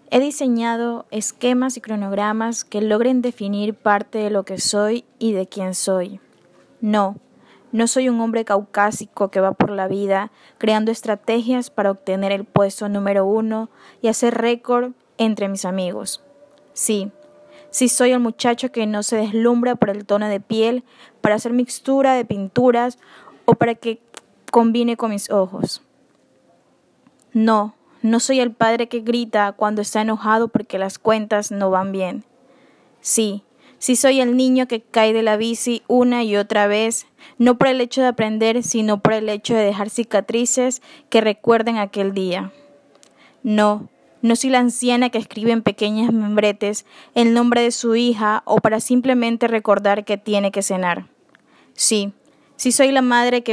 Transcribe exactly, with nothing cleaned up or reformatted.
He diseñado esquemas y cronogramas que logren definir parte de lo que soy y de quién soy. No, no soy un hombre caucásico que va por la vida creando estrategias para obtener el puesto número uno y hacer récord entre mis amigos. Sí, sí soy el muchacho que no se deslumbra por el tono de piel para hacer mixtura de pinturas o para que combine con mis ojos. No, no soy el padre que grita cuando está enojado porque las cuentas no van bien. Sí, sí soy el niño que cae de la bici una y otra vez, no por el hecho de aprender, sino por el hecho de dejar cicatrices que recuerden aquel día. No, no soy la anciana que escribe en pequeñas membretes el nombre de su hija o para simplemente recordar que tiene que cenar. Sí, sí soy la madre que